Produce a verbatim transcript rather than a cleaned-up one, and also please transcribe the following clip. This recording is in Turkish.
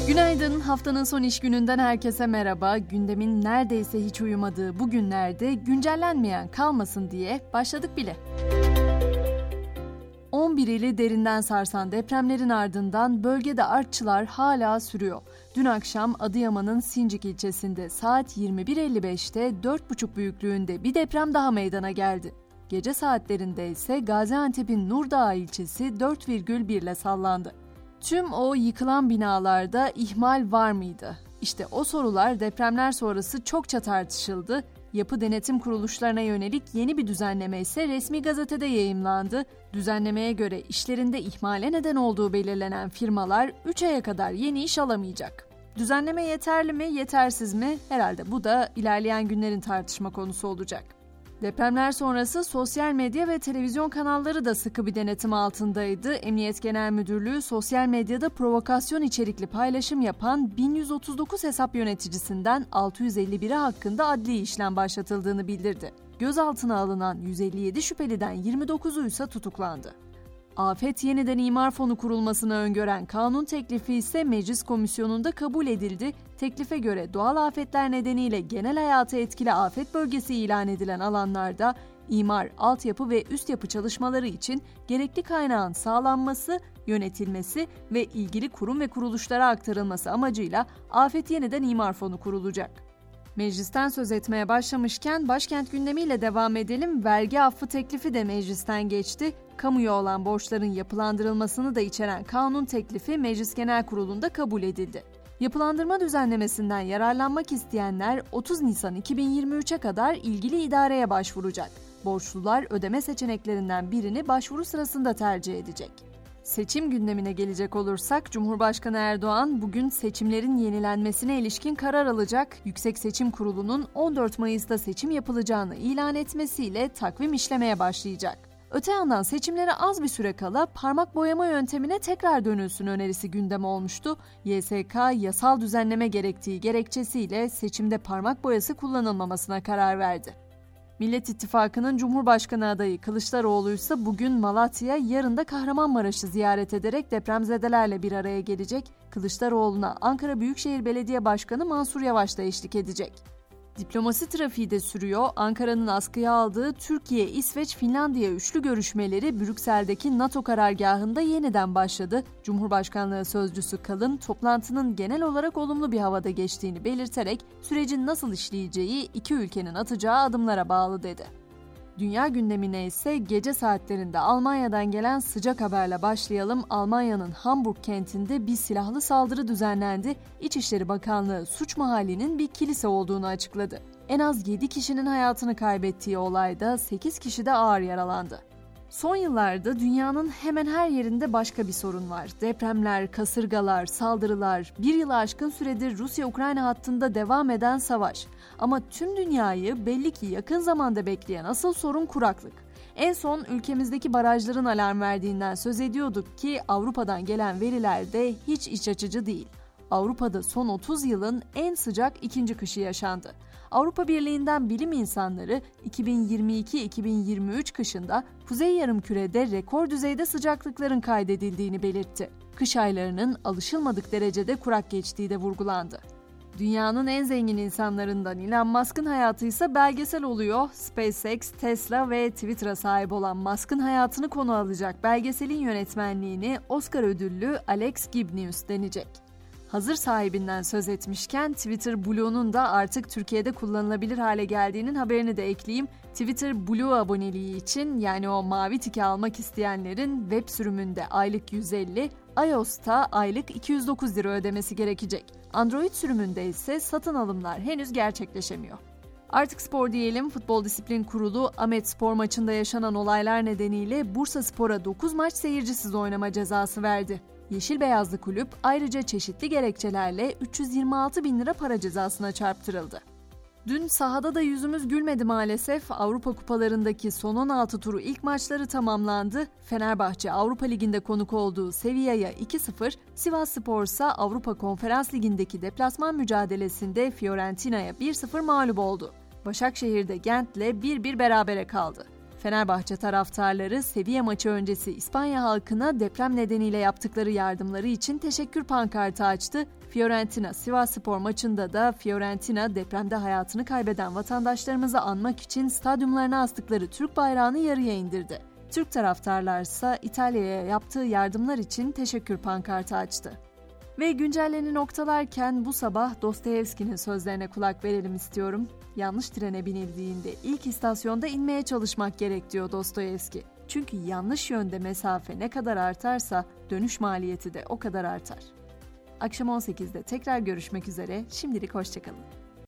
Günaydın, haftanın son iş gününden herkese merhaba. Gündemin neredeyse hiç uyumadığı bu günlerde güncellenmeyen kalmasın diye başladık bile. on bir ili derinden sarsan depremlerin ardından bölgede artçılar hala sürüyor. Dün akşam Adıyaman'ın Sincik ilçesinde saat yirmi bir elli beşte dört buçuk büyüklüğünde bir deprem daha meydana geldi. Gece saatlerinde ise Gaziantep'in Nurdağ ilçesi dört virgül bir ile sallandı. Tüm o yıkılan binalarda ihmal var mıydı? İşte o sorular depremler sonrası çokça tartışıldı. Yapı denetim kuruluşlarına yönelik yeni bir düzenleme ise resmi gazetede yayımlandı. Düzenlemeye göre işlerinde ihmale neden olduğu belirlenen firmalar üç aya kadar yeni iş alamayacak. Düzenleme yeterli mi, yetersiz mi? Herhalde bu da ilerleyen günlerin tartışma konusu olacak. Depremler sonrası sosyal medya ve televizyon kanalları da sıkı bir denetim altındaydı. Emniyet Genel Müdürlüğü sosyal medyada provokasyon içerikli paylaşım yapan bin yüz otuz dokuz hesap yöneticisinden altı yüz elli biri hakkında adli işlem başlatıldığını bildirdi. Gözaltına alınan yüz elli yedi şüpheliden yirmi dokuzu ise tutuklandı. Afet Yeniden İmar Fonu kurulmasını öngören kanun teklifi ise meclis komisyonunda kabul edildi. Teklife göre doğal afetler nedeniyle genel hayatı etkili afet bölgesi ilan edilen alanlarda imar, altyapı ve üst yapı çalışmaları için gerekli kaynağın sağlanması, yönetilmesi ve ilgili kurum ve kuruluşlara aktarılması amacıyla Afet Yeniden İmar Fonu kurulacak. Meclisten söz etmeye başlamışken başkent gündemiyle devam edelim. Vergi affı teklifi de meclisten geçti. Kamuya olan borçların yapılandırılmasını da içeren kanun teklifi Meclis Genel Kurulu'nda kabul edildi. Yapılandırma düzenlemesinden yararlanmak isteyenler otuz Nisan iki bin yirmi üçe kadar ilgili idareye başvuracak. Borçlular ödeme seçeneklerinden birini başvuru sırasında tercih edecek. Seçim gündemine gelecek olursak, Cumhurbaşkanı Erdoğan bugün seçimlerin yenilenmesine ilişkin karar alacak. Yüksek Seçim Kurulu'nun on dört Mayıs'ta seçim yapılacağını ilan etmesiyle takvim işlemeye başlayacak. Öte yandan seçimlere az bir süre kala parmak boyama yöntemine tekrar dönülsün önerisi gündem olmuştu. Y S K yasal düzenleme gerektiği gerekçesiyle seçimde parmak boyası kullanılmamasına karar verdi. Millet İttifakı'nın Cumhurbaşkanı adayı Kılıçdaroğlu ise bugün Malatya, yarın da Kahramanmaraş'ı ziyaret ederek depremzedelerle bir araya gelecek. Kılıçdaroğlu'na Ankara Büyükşehir Belediye Başkanı Mansur Yavaş da eşlik edecek. Diplomasi trafiği de sürüyor. Ankara'nın askıya aldığı Türkiye, İsveç, Finlandiya üçlü görüşmeleri Brüksel'deki NATO karargahında yeniden başladı. Cumhurbaşkanlığı sözcüsü Kalın, toplantının genel olarak olumlu bir havada geçtiğini belirterek sürecin nasıl işleyeceği iki ülkenin atacağı adımlara bağlı dedi. Dünya gündemine ise gece saatlerinde Almanya'dan gelen sıcak haberle başlayalım. Almanya'nın Hamburg kentinde bir silahlı saldırı düzenlendi. İçişleri Bakanlığı suç mahallinin bir kilise olduğunu açıkladı. En az yedi kişinin hayatını kaybettiği olayda sekiz kişi de ağır yaralandı. Son yıllarda dünyanın hemen her yerinde başka bir sorun var. Depremler, kasırgalar, saldırılar, bir yılı aşkın süredir Rusya-Ukrayna hattında devam eden savaş. Ama tüm dünyayı belli ki yakın zamanda bekleyen asıl sorun kuraklık. En son ülkemizdeki barajların alarm verdiğinden söz ediyorduk ki Avrupa'dan gelen veriler de hiç iç açıcı değil. Avrupa'da son otuz yılın en sıcak ikinci kışı yaşandı. Avrupa Birliği'nden bilim insanları iki bin yirmi iki iki bin yirmi üç kışında Kuzey Yarımküre'de rekor düzeyde sıcaklıkların kaydedildiğini belirtti. Kış aylarının alışılmadık derecede kurak geçtiği de vurgulandı. Dünyanın en zengin insanlarından Elon Musk'ın hayatı ise belgesel oluyor. SpaceX, Tesla ve Twitter'a sahip olan Musk'ın hayatını konu alacak belgeselin yönetmenliğini Oscar ödüllü Alex Gibney üstlenecek. Hazır sahibinden söz etmişken Twitter Blue'nun da artık Türkiye'de kullanılabilir hale geldiğinin haberini de ekleyeyim. Twitter Blue aboneliği için, yani o mavi tiki almak isteyenlerin web sürümünde aylık yüz elli, iOS'ta aylık iki yüz dokuz lira ödemesi gerekecek. Android sürümünde ise satın alımlar henüz gerçekleşemiyor. Artık spor diyelim. Futbol Disiplin Kurulu Ahmetspor maçında yaşanan olaylar nedeniyle Bursaspor'a dokuz maç seyircisiz oynama cezası verdi. Yeşil Beyazlı kulüp ayrıca çeşitli gerekçelerle üç yüz yirmi altı bin lira para cezasına çarptırıldı. Dün sahada da yüzümüz gülmedi maalesef. Avrupa Kupalarındaki son on altı turu ilk maçları tamamlandı. Fenerbahçe Avrupa Ligi'nde konuk olduğu Sevilla'ya iki sıfır, Sivasspor ise Avrupa Konferans Ligi'ndeki deplasman mücadelesinde Fiorentina'ya bir sıfır mağlup oldu. Başakşehir de Gent'le bir bir berabere kaldı. Fenerbahçe taraftarları Sevilla maçı öncesi İspanya halkına deprem nedeniyle yaptıkları yardımları için teşekkür pankartı açtı. Fiorentina-Sivasspor maçında da Fiorentina depremde hayatını kaybeden vatandaşlarımızı anmak için stadyumlarına astıkları Türk bayrağını yarıya indirdi. Türk taraftarlarsa İtalya'ya yaptığı yardımlar için teşekkür pankartı açtı. Ve güncelleni noktalarken bu sabah Dostoyevski'nin sözlerine kulak verelim istiyorum. Yanlış trene binildiğinde ilk istasyonda inmeye çalışmak gerek diyor Dostoyevski. Çünkü yanlış yönde mesafe ne kadar artarsa dönüş maliyeti de o kadar artar. Akşam on sekizde tekrar görüşmek üzere, şimdilik hoşçakalın.